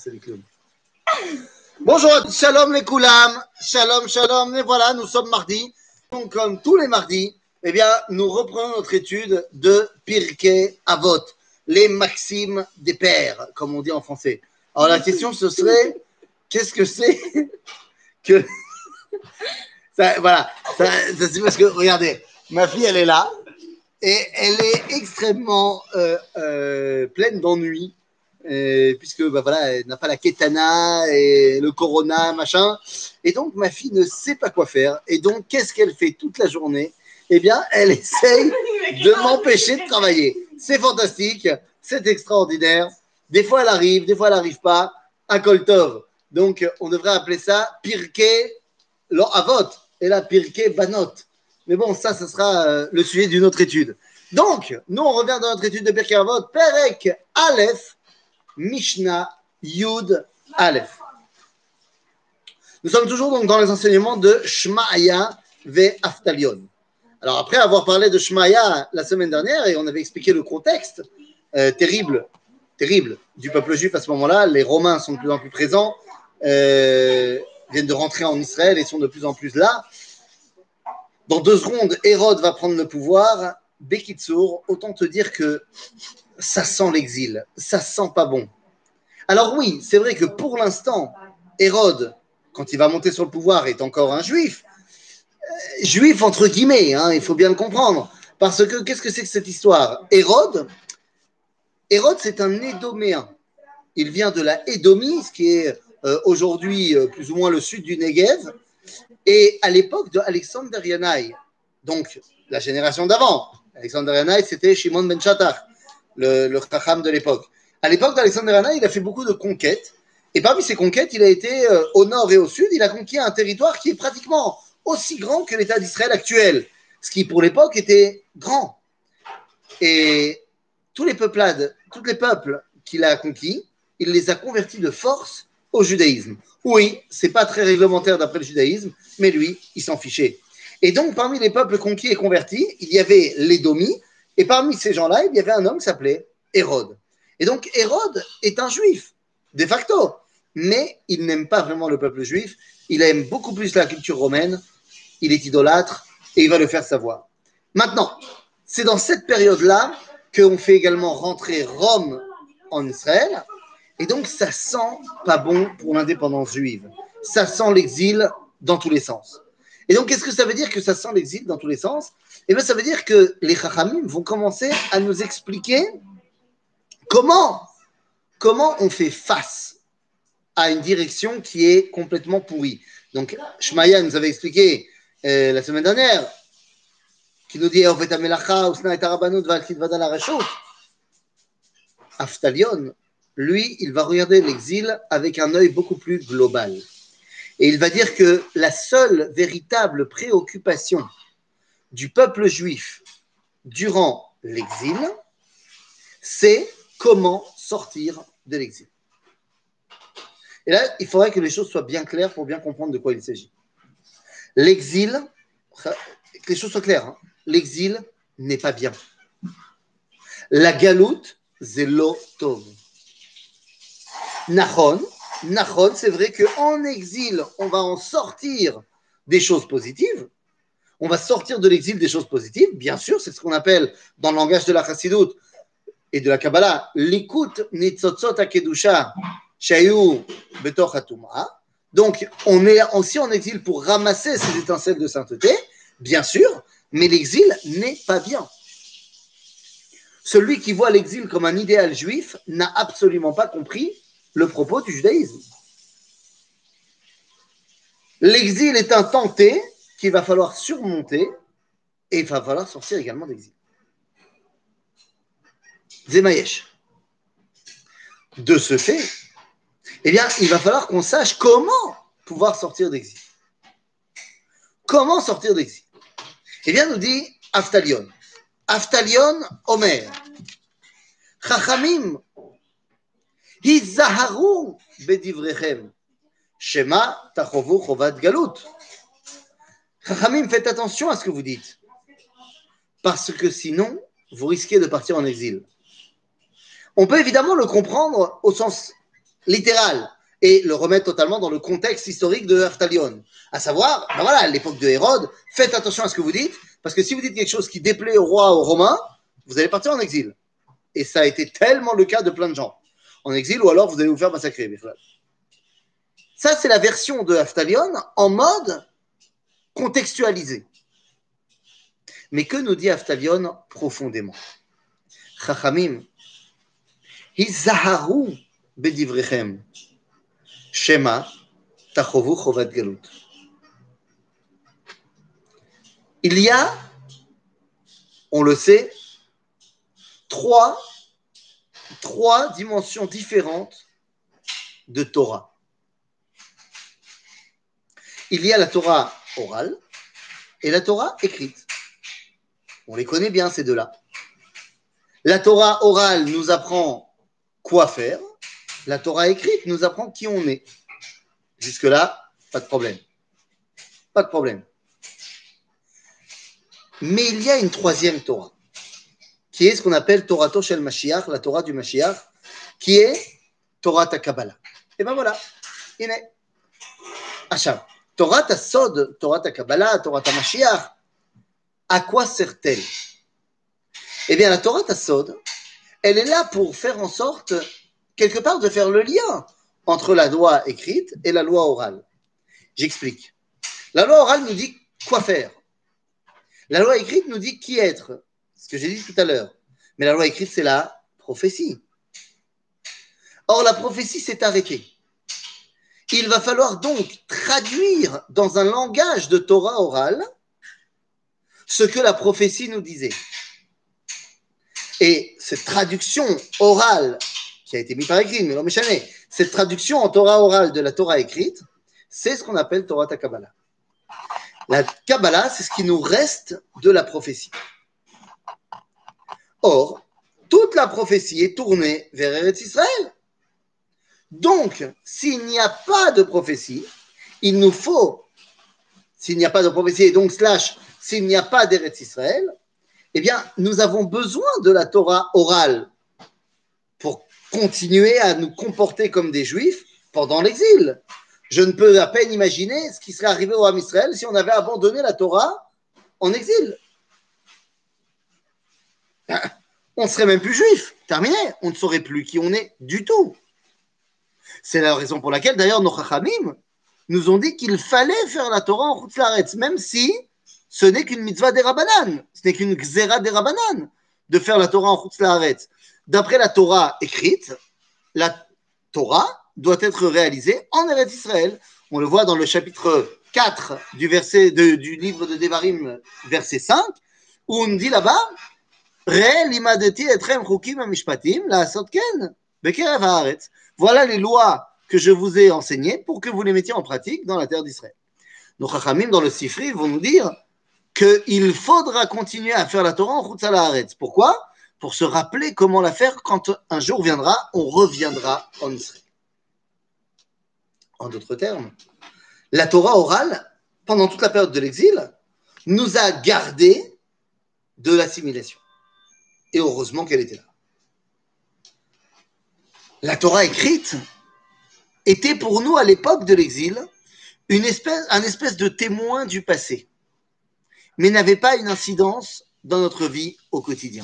C'est les clowns. Bonjour, shalom les koulam, shalom, shalom, et voilà, nous sommes mardi. Donc, comme tous les mardis, eh bien, nous reprenons notre étude de Pirkei Avot, les maximes des pères, comme on dit en français. Alors, la question, ce serait, qu'est-ce que c'est que... Ça, voilà, ça, c'est parce que, regardez, ma fille, elle est là, et elle est extrêmement pleine d'ennuis, puisque bah, voilà, elle n'a pas la kétana et le corona, machin. Et donc, ma fille ne sait pas quoi faire. Et donc, qu'est-ce qu'elle fait toute la journée? Eh bien, elle essaye de m'empêcher de travailler. C'est fantastique, c'est extraordinaire. Des fois, elle arrive, des fois, elle n'arrive pas. À Koltov. Donc, on devrait appeler ça Pirkei Lo Avot. Et là, Pirkei Banot. Mais bon, ça sera le sujet d'une autre étude. Donc, nous, on revient dans notre étude de Pirkei Avot, Perek Aleph, Mishnah Yud Aleph. Nous sommes toujours donc dans les enseignements de Shmaya ve Aftalion. Alors, après avoir parlé de Shmaya la semaine dernière, et on avait expliqué le contexte terrible du peuple juif à ce moment-là, les Romains sont de plus en plus présents, viennent de rentrer en Israël et sont de plus en plus là. Dans 2 secondes, Hérode va prendre le pouvoir. Bekitsour, autant te dire que ça sent l'exil, ça sent pas bon. Alors oui, c'est vrai que pour l'instant, Hérode, quand il va monter sur le pouvoir, est encore un juif. Juif entre guillemets, hein, il faut bien le comprendre. Parce que, qu'est-ce que c'est que cette histoire? Hérode, c'est un Édoméen. Il vient de la Édomie, ce qui est aujourd'hui plus ou moins le sud du Negev. Et à l'époque de Alexander Yanaï, donc la génération d'avant, Alexander Yanaï, c'était Shimon ben Shattach, le chacham de l'époque. À l'époque d'Alexander Yanaï, il a fait beaucoup de conquêtes. Et parmi ces conquêtes, il a été au nord et au sud. Il a conquis un territoire qui est pratiquement aussi grand que l'État d'Israël actuel, ce qui pour l'époque était grand. Et tous les peuples qu'il a conquis, il les a convertis de force au judaïsme. Oui, c'est pas très réglementaire d'après le judaïsme, mais lui, il s'en fichait. Et donc, parmi les peuples conquis et convertis, il y avait l'Édomie, et parmi ces gens-là, il y avait un homme qui s'appelait Hérode. Et donc, Hérode est un juif, de facto, mais il n'aime pas vraiment le peuple juif, il aime beaucoup plus la culture romaine, il est idolâtre, et il va le faire savoir. Maintenant, c'est dans cette période-là qu'on fait également rentrer Rome en Israël, et donc ça sent pas bon pour l'indépendance juive. Ça sent l'exil dans tous les sens. Et donc, qu'est-ce que ça veut dire que ça sent l'exil dans tous les sens? Eh bien, ça veut dire que les Chachamim vont commencer à nous expliquer comment on fait face à une direction qui est complètement pourrie. Donc, Shmaya nous avait expliqué la semaine dernière, qui nous dit Aftalion, lui, il va regarder l'exil avec un œil beaucoup plus global. Et il va dire que la seule véritable préoccupation du peuple juif durant l'exil, c'est comment sortir de l'exil. Et là, il faudrait que les choses soient bien claires pour bien comprendre de quoi il s'agit. L'exil, que les choses soient claires, hein, l'exil n'est pas bien. La galoute, c'est lo tov. Nachon, c'est vrai qu'en exil, on va en sortir des choses positives. On va sortir de l'exil des choses positives. Bien sûr, c'est ce qu'on appelle, dans le langage de la Chassidut et de la Kabbalah, l'écoute nitzotzot hakedusha shayu betoch hatuma. Donc, on est aussi en exil pour ramasser ces étincelles de sainteté, bien sûr, mais l'exil n'est pas bien. Celui qui voit l'exil comme un idéal juif n'a absolument pas compris le propos du judaïsme. L'exil est un tenté qu'il va falloir surmonter et il va falloir sortir également d'exil. Zemayesh. De ce fait, eh bien, il va falloir qu'on sache comment pouvoir sortir d'exil. Comment sortir d'exil? Eh bien, nous dit Aftalion. Aftalion Omer. Chachamim. Hizaharu bedivrechem. Shema tachovu chovat galut. Chachamim, faites attention à ce que vous dites. Parce que sinon, vous risquez de partir en exil. On peut évidemment le comprendre au sens littéral et le remettre totalement dans le contexte historique de Aftalion. À savoir, ben voilà, à l'époque de Hérode, faites attention à ce que vous dites, parce que si vous dites quelque chose qui déplaît au roi, aux Romains, vous allez partir en exil. Et ça a été tellement le cas de plein de gens. En exil, ou alors vous allez vous faire massacrer. Ça, c'est la version de Aftalion en mode contextualisé. Mais que nous dit Aftalion profondément? Chachamim, hizaharu bedivrechem, shema tachovu chovat galut. Il y a, on le sait, trois dimensions différentes de Torah. Il y a la Torah orale et la Torah écrite. On les connaît bien, ces deux-là. La Torah orale nous apprend quoi faire. La Torah écrite nous apprend qui on est. Jusque-là, pas de problème. Pas de problème. Mais il y a une troisième Torah, qui est ce qu'on appelle Torato Shel Mashiach, la Torah du Mashiach, qui est Torah ta Kabbalah. Et ben voilà, il est. Achav, Torah ta Sod, Torah ta Kabbalah, Torah ta Mashiach, à quoi sert-elle? Eh bien, la Torah ta Sod, elle est là pour faire en sorte, quelque part, de faire le lien entre la loi écrite et la loi orale. J'explique. La loi orale nous dit quoi faire. La loi écrite nous dit qui être, ce que j'ai dit tout à l'heure. Mais la loi écrite, c'est la prophétie. Or, la prophétie s'est arrêtée. Il va falloir donc traduire dans un langage de Torah orale ce que la prophétie nous disait. Et cette traduction orale, qui a été mise par écrit, mais non méchané, cette traduction en Torah orale de la Torah écrite, c'est ce qu'on appelle Torah ta Kabbalah. La Kabbalah, c'est ce qui nous reste de la prophétie. Or, toute la prophétie est tournée vers Eretz Israël. Donc, s'il n'y a pas de prophétie, il nous faut, s'il n'y a pas de prophétie, et donc s'il n'y a pas d'Eretz Israël, eh bien, nous avons besoin de la Torah orale pour continuer à nous comporter comme des Juifs pendant l'exil. Je ne peux à peine imaginer ce qui serait arrivé au Ham Israël si on avait abandonné la Torah en exil. On ne serait même plus juif. Terminé. On ne saurait plus qui on est du tout. C'est la raison pour laquelle, d'ailleurs, nos Chachamim nous ont dit qu'il fallait faire la Torah en Chutz La'aretz, même si ce n'est qu'une mitzvah des Rabbanan, ce n'est qu'une xéra des Rabbanan de faire la Torah en Chutz La'aretz. D'après la Torah écrite, la Torah doit être réalisée en Eretz Israël. On le voit dans le chapitre 4 du livre de Devarim, verset 5, où on dit là-bas voilà les lois que je vous ai enseignées pour que vous les mettiez en pratique dans la terre d'Israël. Nos Chachamim dans le Sifri vont nous dire qu'il faudra continuer à faire la Torah en Chutz La'aretz. Pourquoi? Pour se rappeler comment la faire quand un jour viendra, on reviendra en Israël. En d'autres termes, la Torah orale, pendant toute la période de l'exil, nous a gardé de l'assimilation. Et heureusement qu'elle était là. La Torah écrite était pour nous, à l'époque de l'exil, un espèce de témoin du passé, mais n'avait pas une incidence dans notre vie au quotidien.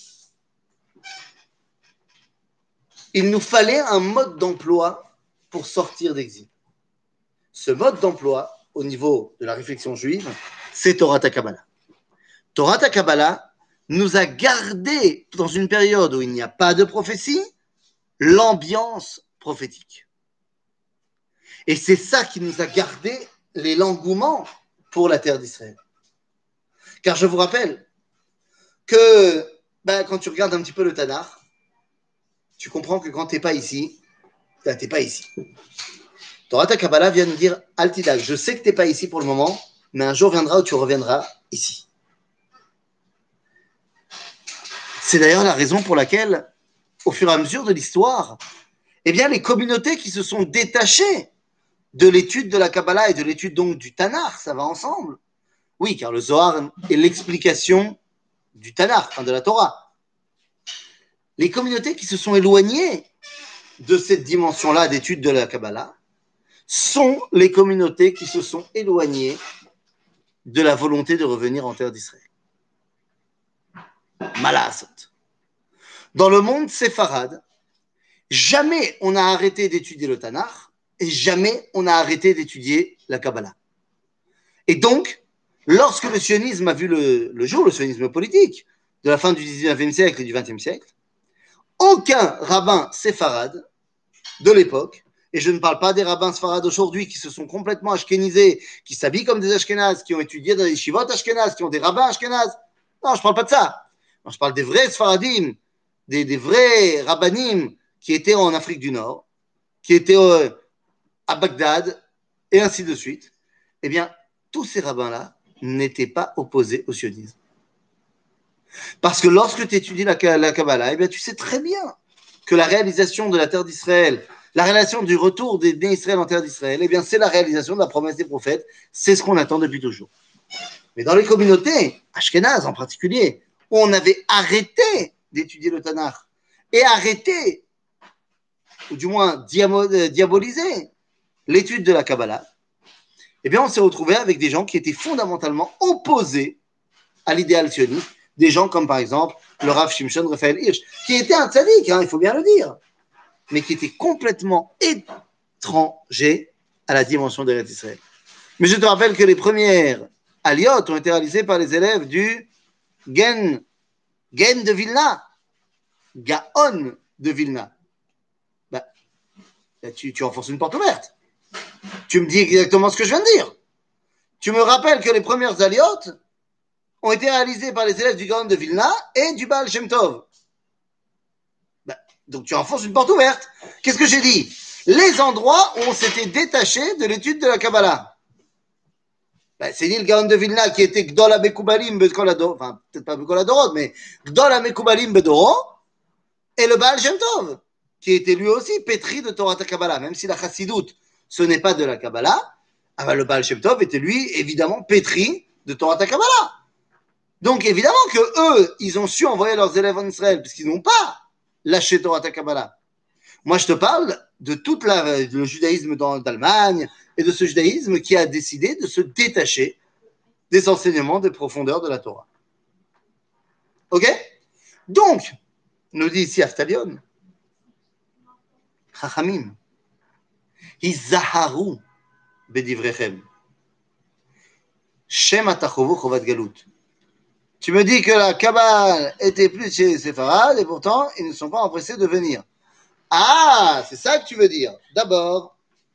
Il nous fallait un mode d'emploi pour sortir d'exil. Ce mode d'emploi, au niveau de la réflexion juive, c'est Torah ta Kabbalah. Torah ta Kabbalah nous a gardé, dans une période où il n'y a pas de prophétie, l'ambiance prophétique. Et c'est ça qui nous a gardé l'engouement pour la terre d'Israël. Car je vous rappelle que quand tu regardes un petit peu le Tanakh, tu comprends que quand tu n'es pas ici, tu n'es pas ici. Torah ta Kabbalah vient nous dire Al Tidag, je sais que tu n'es pas ici pour le moment, mais un jour viendra où tu reviendras ici. C'est d'ailleurs la raison pour laquelle, au fur et à mesure de l'histoire, eh bien, les communautés qui se sont détachées de l'étude de la Kabbalah et de l'étude donc du Tanakh, ça va ensemble. Oui, car le Zohar est l'explication du Tanakh, de la Torah. Les communautés qui se sont éloignées de cette dimension-là d'étude de la Kabbalah sont les communautés qui se sont éloignées de la volonté de revenir en terre d'Israël. Malasot. Dans le monde séfarade, jamais on a arrêté d'étudier le Tanakh et jamais on a arrêté d'étudier la Kabbalah. Et donc, lorsque le sionisme a vu le jour, le sionisme politique, de la fin du 19e siècle et du 20e siècle, aucun rabbin séfarade de l'époque, et je ne parle pas des rabbins séfarades aujourd'hui qui se sont complètement ashkénisés, qui s'habillent comme des ashkénazes, qui ont étudié dans les shivot ashkénazes, qui ont des rabbins ashkénazes. Non, je ne parle pas de ça. Non, je parle des vrais séfaradim, des vrais rabbanim qui étaient en Afrique du Nord, qui étaient à Bagdad, et ainsi de suite. Eh bien, tous ces rabbins-là n'étaient pas opposés au sionisme. Parce que lorsque tu étudies la Kabbalah, eh bien, tu sais très bien que la réalisation de la terre d'Israël, la réalisation du retour des nés Israël en terre d'Israël, eh bien, c'est la réalisation de la promesse des prophètes. C'est ce qu'on attend depuis toujours. Mais dans les communautés, ashkénazes en particulier, où on avait arrêté d'étudier le Tanakh et arrêté, ou du moins diabolisé, l'étude de la Kabbalah, eh bien, on s'est retrouvé avec des gens qui étaient fondamentalement opposés à l'idéal sioniste, des gens comme par exemple le Rav Shimshon Raphaël Hirsch, qui était un tzaddik, il faut bien le dire, mais qui était complètement étranger à la dimension d'Eretz Israël. Mais je te rappelle que les premières aliyot ont été réalisées par les élèves du Gen de Vilna, Gaon de Vilna. Bah, tu enfonces une porte ouverte. Tu me dis exactement ce que je viens de dire. Tu me rappelles que les premières aliyot ont été réalisées par les élèves du Gaon de Vilna et du Baal Shem Tov. Ben, donc tu enfonces une porte ouverte. Qu'est-ce que j'ai dit? Les endroits où on s'était détaché de l'étude de la Kabbalah. Ben, c'est dit le Gaon de Vilna qui était Gdol HaMekoubalim Bedkol Adorot, enfin peut-être pas Bedkol Adorot, mais Gdol HaMekoubalim Bedoro, et le Baal Shem Tov, qui était lui aussi pétri de Torah Kabbalah, même si la Chassidoute, ce n'est pas de la Kabbalah, ah ben, le Baal Shem Tov était lui évidemment pétri de Torah Kabbalah. Donc, évidemment que eux, ils ont su envoyer leurs élèves en Israël, parce qu'ils n'ont pas lâché Torah Kabbalah. Moi, je te parle de tout le judaïsme d'Allemagne et de ce judaïsme qui a décidé de se détacher des enseignements des profondeurs de la Torah. Ok? Donc, nous dit ici Aftalion, Chachamim, Hizaharu bedivrechem, Shem atachovu chovat galut. Tu me dis que la Kabbale était plus chez les séfarades et pourtant, ils ne sont pas empressés de venir. Ah, c'est ça que tu veux dire. D'abord,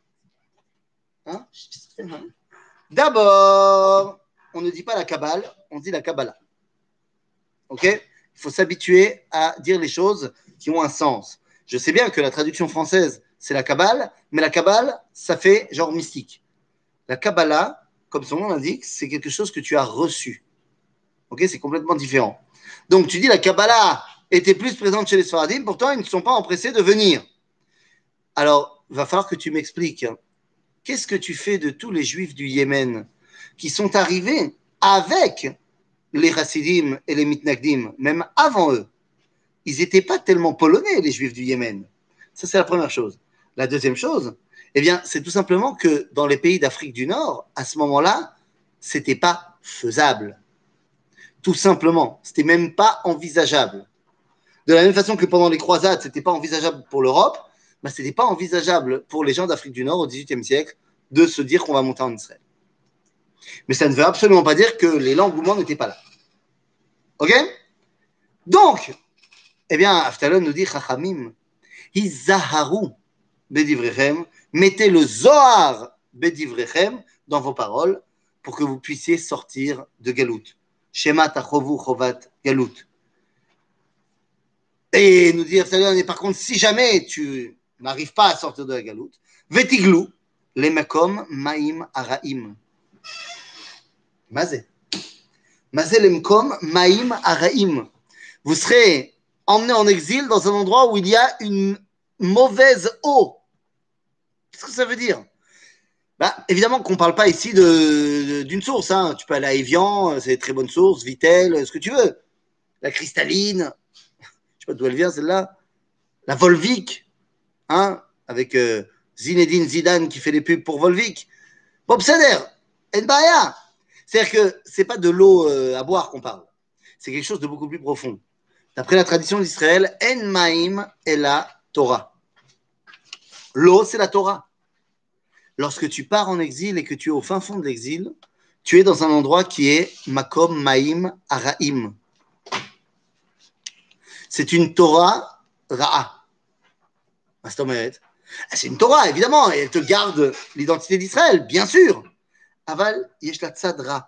on ne dit pas la Kabbale, on dit la Kabbalah. Ok? Il faut s'habituer à dire les choses qui ont un sens. Je sais bien que la traduction française, c'est la Kabbale, mais la Kabbale, ça fait genre mystique. La Kabbalah, comme son nom l'indique, c'est quelque chose que tu as reçu. Ok, c'est complètement différent. Donc, tu dis la Kabbalah était plus présente chez les Sfaradim, pourtant, ils ne sont pas empressés de venir. Alors, il va falloir que tu m'expliques. Qu'est-ce que tu fais de tous les Juifs du Yémen qui sont arrivés avec les Hasidim et les Mitnagdim, même avant eux? Ils n'étaient pas tellement polonais, les Juifs du Yémen. Ça, c'est la première chose. La deuxième chose, eh bien, c'est tout simplement que dans les pays d'Afrique du Nord, à ce moment-là, ce n'était pas faisable. Tout simplement, c'était même pas envisageable. De la même façon que pendant les croisades, c'était pas envisageable pour l'Europe, bah, c'était pas envisageable pour les gens d'Afrique du Nord au XVIIIe siècle de se dire qu'on va monter en Israël. Mais ça ne veut absolument pas dire que les l'engouement n'était pas là. Ok? Donc, eh bien, Aftalon nous dit Chachamim, Hizaharu bedivrechem, mettez le Zohar bedivrechem dans vos paroles pour que vous puissiez sortir de Galout. Shema tachovu chovat galut. Et nous dit Aftalion, et par contre, si jamais tu n'arrives pas à sortir de la galoute, vetiglu, les makom maim araim. Mazé. Mazé les makom maim araim. Vous serez emmené en exil dans un endroit où il y a une mauvaise eau. Qu'est-ce que ça veut dire? Bah, évidemment qu'on ne parle pas ici d'une source. Hein. Tu peux aller à Evian, c'est des très bonnes sources, Vitel, ce que tu veux. La cristalline, je ne sais pas d'où elle vient celle-là. La Volvic, hein, avec Zinedine Zidane qui fait les pubs pour Volvic. Bon, c'est-à-dire, Enbaya. C'est-à-dire que c'est pas de l'eau à boire qu'on parle. C'est quelque chose de beaucoup plus profond. D'après la tradition d'Israël, En Maïm est la Torah. L'eau, c'est la Torah. Lorsque tu pars en exil et que tu es au fin fond de l'exil, tu es dans un endroit qui est Makom Maïm Araim. C'est une Torah Ra'a. C'est une Torah, évidemment, et elle te garde l'identité d'Israël, bien sûr. Aval, yesh la tzad ra.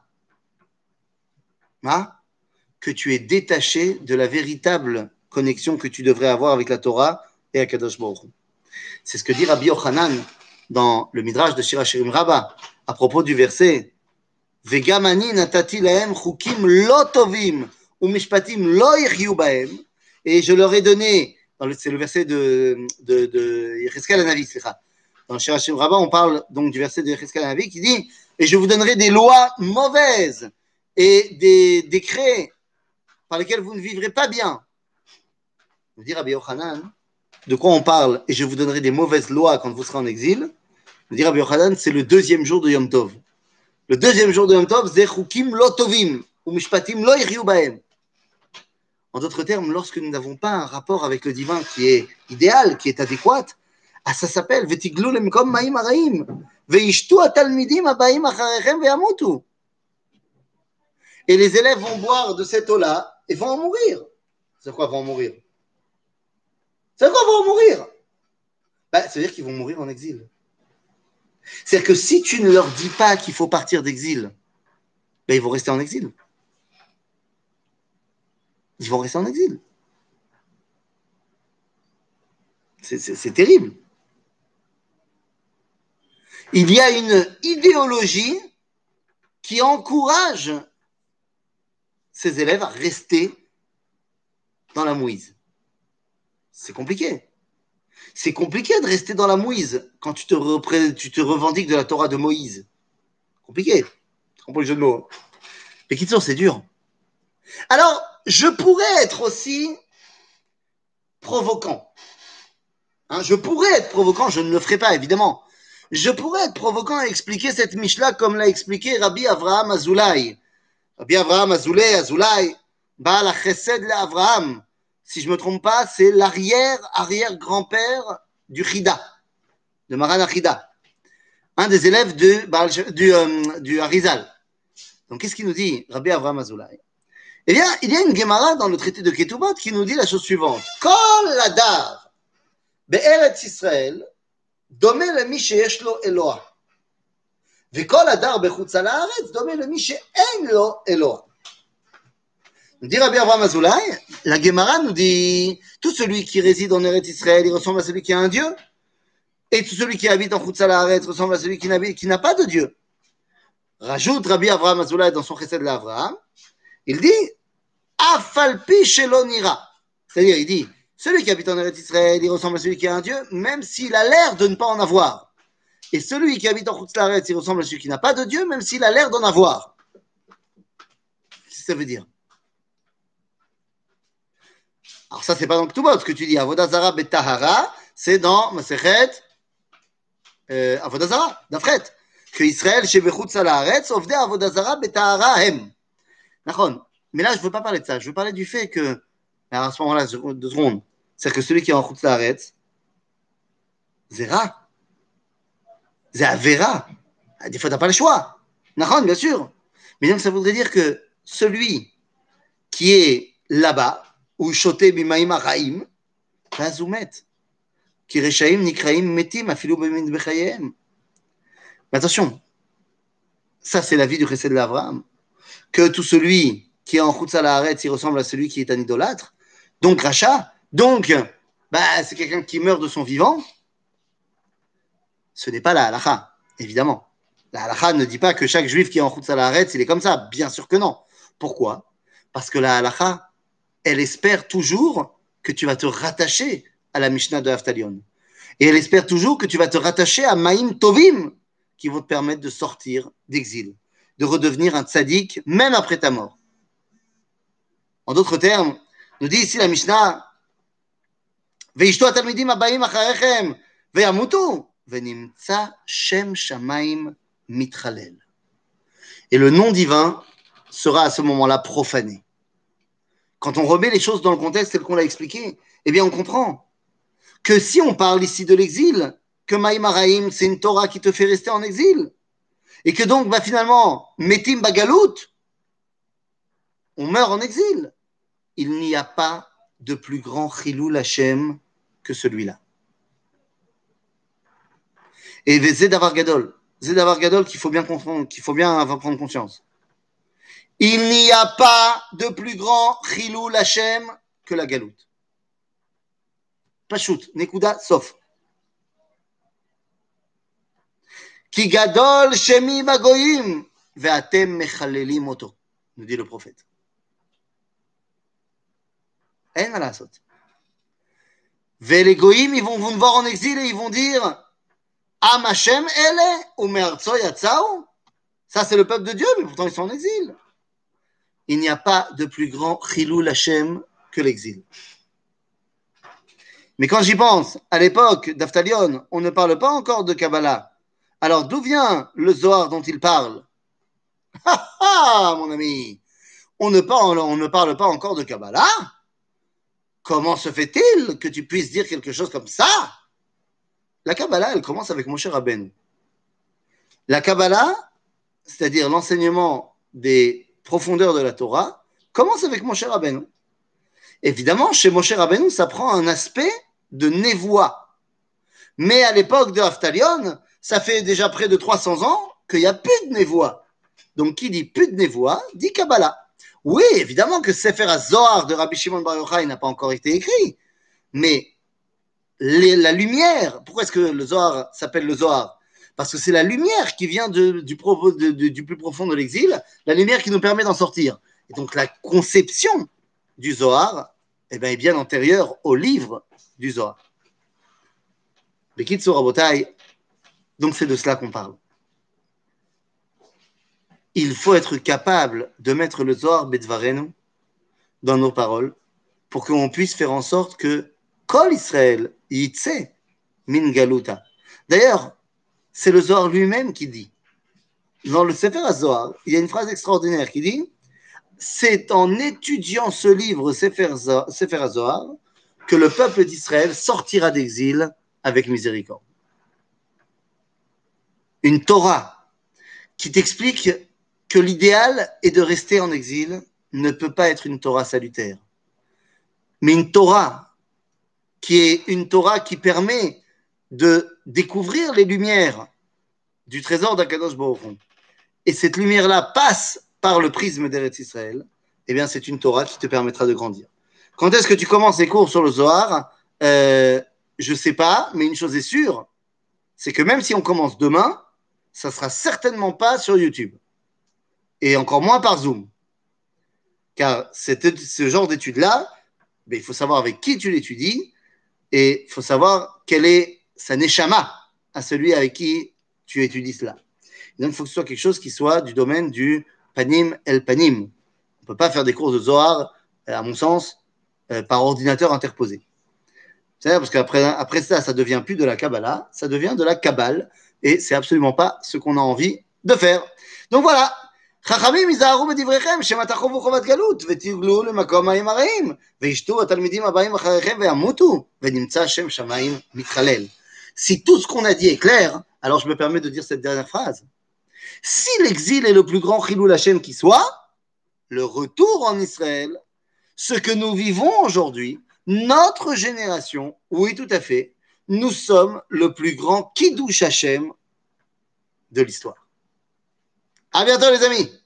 Que tu es détaché de la véritable connexion que tu devrais avoir avec la Torah et avec Kadosh Baruch Hu. C'est ce que dit Rabbi Yochanan dans le Midrash de Shir HaShirim Rabbah à propos du verset Vegam ani natati lahem chukim lo tovim umishpatim lo yechyu bahem, et je leur ai donné, c'est le verset de Yecheskel Hanavi, dans Shir HaShirim Rabbah on parle donc du verset de Yecheskel Hanavi qui dit et je vous donnerai des lois mauvaises et des décrets par lesquels vous ne vivrez pas bien. Vous dire Rabbi Yochanan, de quoi on parle, et je vous donnerai des mauvaises lois quand vous serez en exil. Vous dire Rabbi Yochanan, c'est le deuxième jour de Yom Tov. Le deuxième jour de Yom Tov, c'est Chukim lo tovim, ou mishpatim lo yechyu bahem. En d'autres termes, lorsque nous n'avons pas un rapport avec le divin qui est idéal, qui est adéquat, ça s'appelle Vetiglu lemkom ma'im araim, veishtu atalmidim abaim acharechem veyamutu. Et les élèves vont boire de cette eau-là et vont en mourir. C'est quoi vont en mourir? C'est quoi vont en mourir? Ça veut dire qu'ils vont mourir en exil. C'est-à-dire que si tu ne leur dis pas qu'il faut partir d'exil, ils vont rester en exil. Ils vont rester en exil. C'est terrible. Il y a une idéologie qui encourage ces élèves à rester dans la mouise. C'est compliqué. C'est compliqué de rester dans la mouise quand tu te revendiques de la Torah de Moïse. Compliqué. Tu comprends le jeu de mots. Mais Kitsour, c'est dur. Alors, je pourrais être aussi provoquant. Je pourrais être provoquant, je ne le ferai pas, évidemment. Je pourrais être provoquant et expliquer cette Mishnah comme l'a expliqué Rabbi Avraham Azoulay. Rabbi Avraham Azoulay, Baal HaChesed l'Avraham. Si je ne me trompe pas, c'est l'arrière-grand-père du Chida, de Maran HaChida, un des élèves du Harizal. Donc, qu'est-ce qu'il nous dit, Rabbi Avraham Azoulay? Eh bien, il y a une Gemara dans le traité de Ketubot qui nous dit la chose suivante. Kol hadar be'eretz Israël dome lemí sheyesh lo Eloah. Ve'kol hadar bechutz ha'aaretz dome lemí she'en lo Eloah. Nous dit Rabbi Avraham Azoulay, la Gemara nous dit tout celui qui réside en Eretz Israël, il ressemble à celui qui a un Dieu. Et tout celui qui habite en Chutz Haaretz ressemble à celui qui n'a pas de Dieu. Rajoute Rabbi Avraham Azoulay dans son Chesed l'Avraham, il dit Afalpi shelo nira. C'est-à-dire, il dit celui qui habite en Eretz Israël, il ressemble à celui qui a un Dieu, même s'il a l'air de ne pas en avoir. Et celui qui habite en Chutz Haaretz, il ressemble à celui qui n'a pas de Dieu, même s'il a l'air d'en avoir. Qu'est-ce que ça veut dire? Alors ça, c'est pas dans Ketubot, ce que tu dis. Avodah Zara betahara, c'est dans Masechet Avodah Zara, d'Afret. Que Israël, chez Bechutz Haaretz, ovdei Avodah Zara betahara hem. Nachon. Mais là, je ne veux pas parler de ça. Je veux parler du fait que, alors à ce moment-là, 2 secondes, c'est-à-dire que celui qui est en Chutz Haaretz, Zera, c'est Avera. Des fois, tu n'as pas le choix. Nachon, bien sûr. Mais donc, ça voudrait dire que celui qui est là-bas, ou shoté bimaim haraim, vazoumet, ki reshaim nikraim metim afilu b'min b'chayem. Mais attention, ça c'est la vie du Chesed de l'Avraham, que tout celui qui est en Chutz Haaretz, il ressemble à celui qui est un idolâtre, donc rachat, donc c'est quelqu'un qui meurt de son vivant. Ce n'est pas la halakha, évidemment. La halakha ne dit pas que chaque juif qui est en Chutz Haaretz, il est comme ça, bien sûr que non. Pourquoi? Parce que la halakha, elle espère toujours que tu vas te rattacher à la Mishnah de Haftalion. Et elle espère toujours que tu vas te rattacher à Maïm Tovim, qui vont te permettre de sortir d'exil, de redevenir un tzaddik, même après ta mort. En d'autres termes, nous dit ici la Mishnah, וישתו התלמידים הבאים אחריכם וימותו, ונמצא שם שמיים מתחלל. Et le nom divin sera à ce moment-là profané. Quand on remet les choses dans le contexte tel qu'on l'a expliqué, eh bien on comprend que si on parle ici de l'exil, que Maïm Haraïm, c'est une Torah qui te fait rester en exil, et que donc bah, finalement, Metim Bagalout, on meurt en exil. Il n'y a pas de plus grand Chilul Hashem que celui-là. Et c'est Davar Gadol qu'il faut bien comprendre, qu'il faut bien prendre conscience. Il n'y a pas de plus grand Chilul Hashem que la Galout. Pashut, Nekuda, sauf. Ki gadol shemi bagoyim ve'atem mechalelim oto, nous dit le prophète. En ma lasot. Les goyim, ils vont nous voir en exil et ils vont dire Am Hashem ele ou me'artso yatzao. Ça, c'est le peuple de Dieu, mais pourtant ils sont en exil. Il n'y a pas de plus grand Chilul Hashem que l'exil. Mais quand j'y pense, à l'époque d'Aftalion, on ne parle pas encore de Kabbalah. Alors d'où vient le Zohar dont il parle? Mon ami, on ne parle pas encore de Kabbalah. Comment se fait-il que tu puisses dire quelque chose comme ça? La Kabbalah, elle commence avec Moshe Rabbeinu. La Kabbalah, c'est-à-dire l'enseignement des profondeurs de la Torah, commence avec Moshe Rabbeinu. Évidemment, chez Moshe Rabbeinu, ça prend un aspect de névoie. Mais à l'époque de Aftalion, ça fait déjà près de 300 ans qu'il n'y a plus de névoie. Donc, qui dit plus de névoie, dit Kabbalah. Oui, évidemment que Sefer HaZohar de Rabbi Shimon Bar Yochai n'a pas encore été écrit, mais la lumière, pourquoi est-ce que le Zohar s'appelle le Zohar? Parce que c'est la lumière qui vient du plus profond de l'exil, la lumière qui nous permet d'en sortir. Et donc, la conception du Zohar eh bien, est bien antérieure au livre du Zohar. Bekitsour Rabotai, donc c'est de cela qu'on parle. Il faut être capable de mettre le Zohar Bedvarenu dans nos paroles pour qu'on puisse faire en sorte que Kol Israël Yitse Min Galuta. D'ailleurs, c'est le Zohar lui-même qui dit, dans le Sefer HaZohar, il y a une phrase extraordinaire qui dit c'est en étudiant ce livre Sefer HaZohar que le peuple d'Israël sortira d'exil avec miséricorde. Une Torah qui t'explique que l'idéal est de rester en exil ne peut pas être une Torah salutaire. Mais une Torah qui est une Torah qui permet de découvrir les lumières du trésor d'Akadosh Baruch Hu. Et cette lumière-là passe par le prisme d'Eretz Israël, eh bien c'est une Torah qui te permettra de grandir. Quand est-ce que tu commences les cours sur le Zohar? Je ne sais pas, mais une chose est sûre, c'est que même si on commence demain, ça ne sera certainement pas sur YouTube. Et encore moins par Zoom. Car ce genre d'études-là, ben, il faut savoir avec qui tu l'étudies et il faut savoir quelle est sa neshama à celui avec qui tu étudies cela. Et donc, il faut que ce soit quelque chose qui soit du domaine du panim el panim. On ne peut pas faire des cours de Zohar, à mon sens, par ordinateur interposé. C'est-à-dire parce qu'après ça, ça ne devient plus de la Kabbalah, ça devient de la Kabbale et c'est absolument pas ce qu'on a envie de faire. Donc voilà. חכמים יזהרו בדבריכם שמא תחובו חובת גלות ותגלו למקום מים הרעים וישתו התלמידים הבאים אחריכם וימותו ונמצא שם שמיים מתחלל. Si tout ce qu'on a dit est clair, alors je me permets de dire cette dernière phrase. Si l'exil est le plus grand Chilul Hashem qui soit, le retour en Israël, ce que nous vivons aujourd'hui, notre génération, oui tout à fait, nous sommes le plus grand Kiddush Hashem de l'histoire. À bientôt les amis.